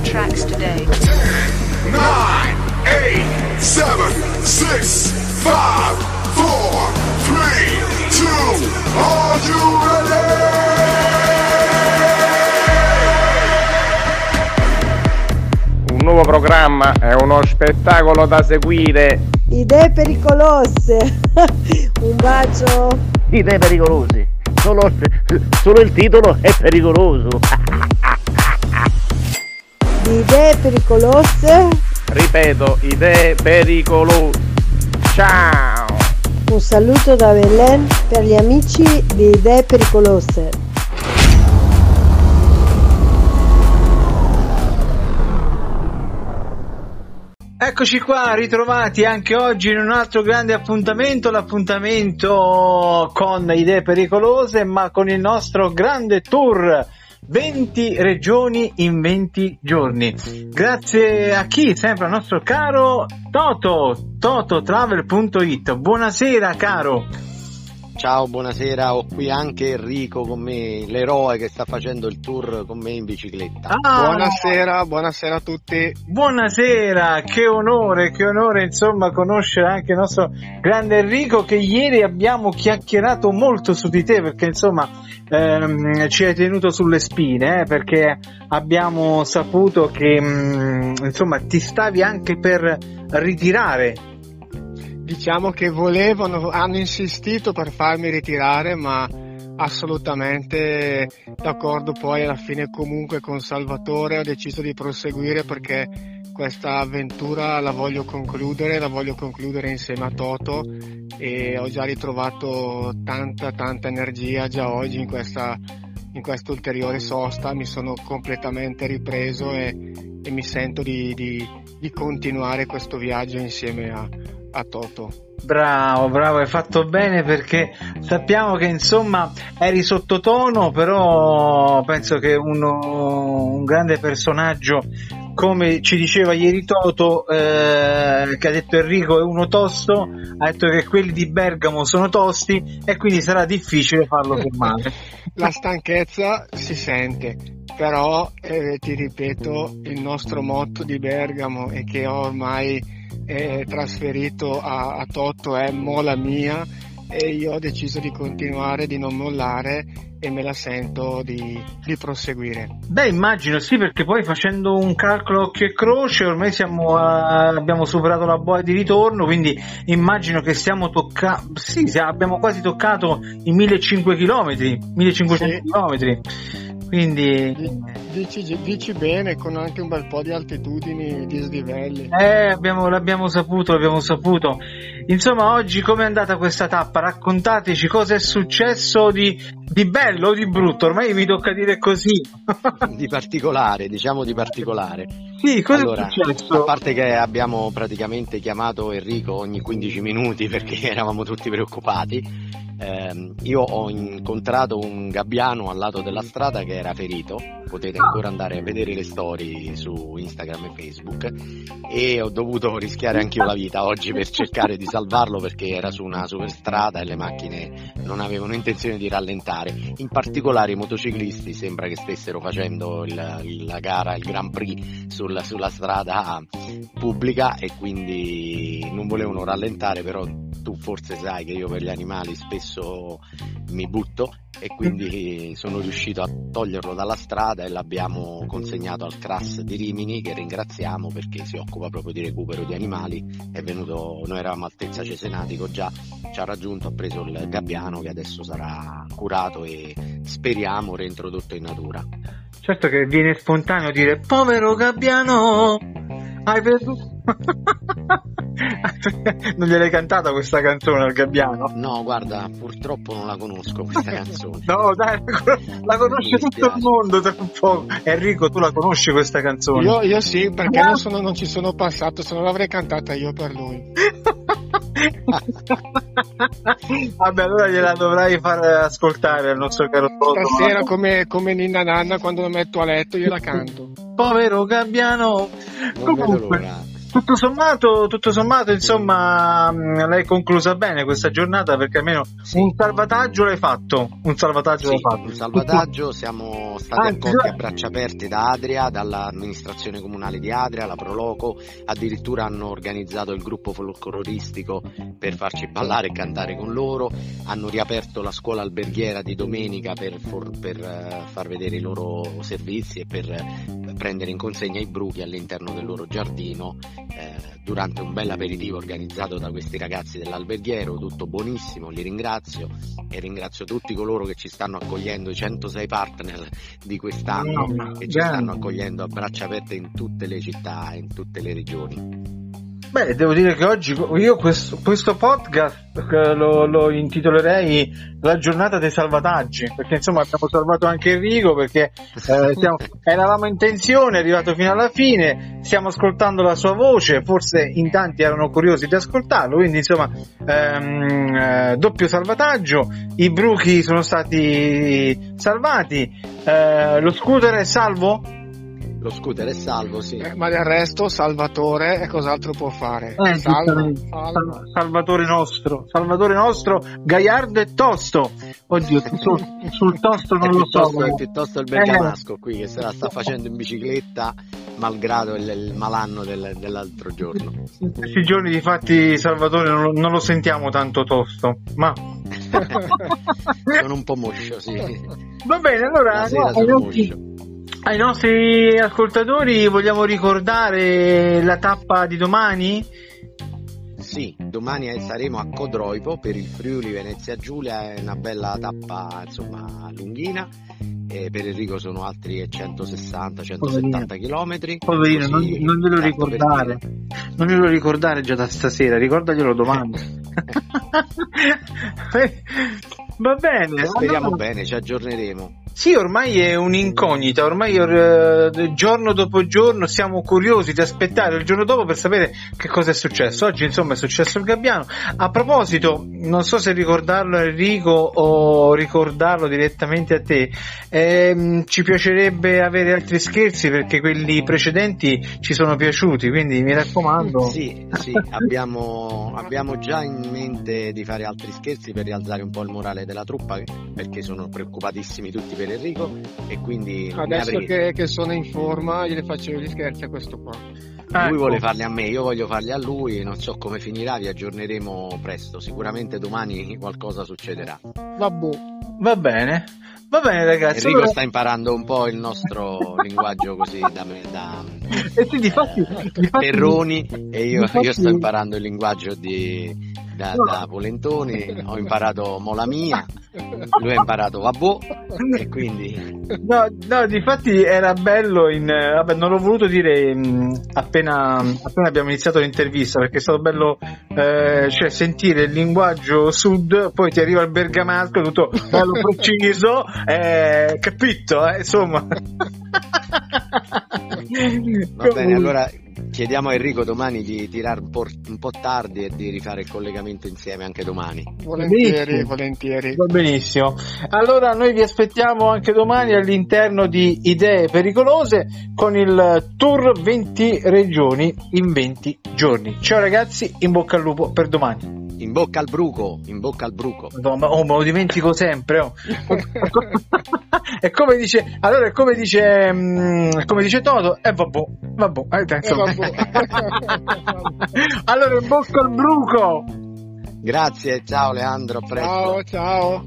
tracks today. 9, 8, 7, 6, 5, 4, 3, 2, are you ready? Un nuovo programma è uno spettacolo da seguire. Idee pericolose. Un bacio. Idee pericolose. Solo il titolo è pericoloso. Idee pericolose. Ripeto, idee pericolose. Ciao. Un saluto da Belen per gli amici di Idee pericolose. Eccoci qua, ritrovati anche oggi in un altro grande appuntamento, l'appuntamento con Idee Pericolose, ma con il nostro grande tour, 20 regioni in 20 giorni. Grazie a chi? Sempre al nostro caro tototravel.it. Buonasera caro. Ciao, buonasera, ho qui anche Enrico con me, l'eroe che sta facendo il tour con me in bicicletta. Buonasera a tutti. Buonasera, che onore insomma conoscere anche il nostro grande Enrico, che ieri abbiamo chiacchierato molto su di te, perché insomma ci hai tenuto sulle spine, perché abbiamo saputo che insomma ti stavi anche per ritirare. Diciamo che hanno insistito per farmi ritirare, ma assolutamente d'accordo. Poi alla fine comunque con Salvatore ho deciso di proseguire, perché questa avventura la voglio concludere insieme a Toto, e ho già ritrovato tanta energia già oggi in questa ulteriore sosta. Mi sono completamente ripreso e mi sento di continuare questo viaggio insieme a Toto. Bravo, hai fatto bene, perché sappiamo che insomma eri sottotono, però penso che un grande personaggio, come ci diceva ieri Toto, che ha detto Enrico è uno tosto, ha detto che quelli di Bergamo sono tosti e quindi sarà difficile farlo fermare. La stanchezza si sente, però ti ripeto, il nostro motto di Bergamo, e che ho ormai trasferito a Toto, è mola mia, e io ho deciso di continuare, di non mollare, e me la sento di proseguire. Beh, immagino sì, perché poi facendo un calcolo occhio e croce ormai abbiamo superato la boa di ritorno, quindi immagino che abbiamo quasi toccato i 1500 chilometri, quindi dici bene, con anche un bel po' di altitudini, di slivelli. L'abbiamo saputo. Insomma, oggi com'è andata questa tappa? Raccontateci cosa è successo di bello o di brutto, ormai mi tocca dire così. Di particolare. Sì, cosa allora, è successo? A parte che abbiamo praticamente chiamato Enrico ogni 15 minuti perché eravamo tutti preoccupati. Io ho incontrato un gabbiano al lato della strada che era ferito, potete ancora andare a vedere le storie su Instagram e Facebook, e ho dovuto rischiare anch'io la vita oggi per cercare di salvarlo, perché era su una superstrada e le macchine non avevano intenzione di rallentare. In particolare i motociclisti sembra che stessero facendo la gara, il Grand Prix sulla strada pubblica, e quindi non volevano rallentare. Però tu forse sai che io per gli animali spesso mi butto, e quindi sono riuscito a toglierlo dalla strada e l'abbiamo consegnato al CRAS di Rimini, che ringraziamo perché si occupa proprio di recupero di animali. È venuto, noi eravamo a Altezza Cesenatico già, ci ha raggiunto, ha preso il gabbiano che adesso sarà curato e speriamo reintrodotto in natura. Certo che viene spontaneo dire povero gabbiano, hai perduto. Non gliel'hai cantata questa canzone al gabbiano? No, guarda, purtroppo non la conosco questa canzone. No, dai, la conosce tutto il mondo tra un po'. Enrico, tu la conosci questa canzone? Io sì, perché non ci sono passato, se no l'avrei cantata io per lui. Vabbè, allora gliela dovrai far ascoltare al nostro caro Toto. Stasera come Ninna Nanna, quando lo metto a letto io la canto. Povero gabbiano. Non vedo l'ora. tutto sommato, insomma, l'hai conclusa bene questa giornata, perché almeno un salvataggio l'hai fatto. Un salvataggio, siamo stati accolti a braccia aperte da Adria, dall'amministrazione comunale di Adria, la Proloco, addirittura hanno organizzato il gruppo folcloristico per farci ballare e cantare con loro, hanno riaperto la scuola alberghiera di domenica per far vedere i loro servizi e per prendere in consegna i bruchi all'interno del loro giardino, durante un bel aperitivo organizzato da questi ragazzi dell'alberghiero. Tutto buonissimo, li ringrazio e ringrazio tutti coloro che ci stanno accogliendo, i 106 partner di quest'anno che ci stanno accogliendo a braccia aperte in tutte le città, in tutte le regioni. Beh, devo dire che oggi io questo podcast lo intitolerei La giornata dei salvataggi, perché insomma abbiamo salvato anche Enrico, perché eravamo in tensione, è arrivato fino alla fine, stiamo ascoltando la sua voce, forse in tanti erano curiosi di ascoltarlo, quindi insomma doppio salvataggio, i bruchi sono stati salvati, lo scooter è salvo? Lo scooter è salvo, sì. Ma del resto Salvatore cos'altro può fare? Salvatore nostro, Gaiardo e Tosto. Oddio, sul Tosto non lo so. È piuttosto il bergamasco qui che se la sta facendo in bicicletta, malgrado il malanno dell'altro giorno. In questi giorni difatti Salvatore non lo sentiamo tanto tosto, ma sono un po' moscio, sì. Va bene, allora ai nostri ascoltatori vogliamo ricordare la tappa di domani? Sì, domani saremo a Codroipo per il Friuli Venezia Giulia, è una bella tappa, insomma, lunghina, e per Enrico sono altri 160-170 chilometri. Poverino, non glielo ricordare, non glielo ricordare già da stasera, ricordaglielo domani. Va bene, speriamo bene, ci aggiorneremo. Sì, ormai è un'incognita, ormai giorno dopo giorno siamo curiosi di aspettare il giorno dopo per sapere che cosa è successo. Oggi insomma è successo il Gabbiano. A proposito, non so se ricordarlo a Enrico o ricordarlo direttamente a te, ci piacerebbe avere altri scherzi perché quelli precedenti ci sono piaciuti, quindi mi raccomando. Sì, abbiamo già in mente di fare altri scherzi per rialzare un po' il morale della truppa, perché sono preoccupatissimi tutti per Enrico, e quindi adesso che sono in forma gliene faccio gli scherzi a questo qua. Lui vuole farli a me, io voglio farli a lui, non so come finirà, vi aggiorneremo presto, sicuramente domani qualcosa succederà. Va bene ragazzi, Enrico sta imparando un po' il nostro linguaggio così da difatti, Perroni, e io sto imparando il linguaggio da Polentoni, ho imparato mola mia, lui ha imparato vabbò, e quindi no, difatti era bello vabbè, non l'ho voluto dire appena abbiamo iniziato l'intervista, perché è stato bello cioè sentire il linguaggio sud, poi ti arriva il bergamasco tutto bello preciso, capito, insomma. Va bene, allora chiediamo a Enrico domani di tirare un po' tardi e di rifare il collegamento insieme anche domani. Volentieri. Va benissimo. Allora noi vi aspettiamo anche domani all'interno di Idee Pericolose con il tour 20 regioni in 20 giorni. Ciao ragazzi, in bocca al lupo per domani. In bocca al bruco. Madonna, me lo dimentico sempre. È come dice Toto, vabbè. Allora in bocca al bruco. Grazie, ciao Leandro, a presto. Ciao.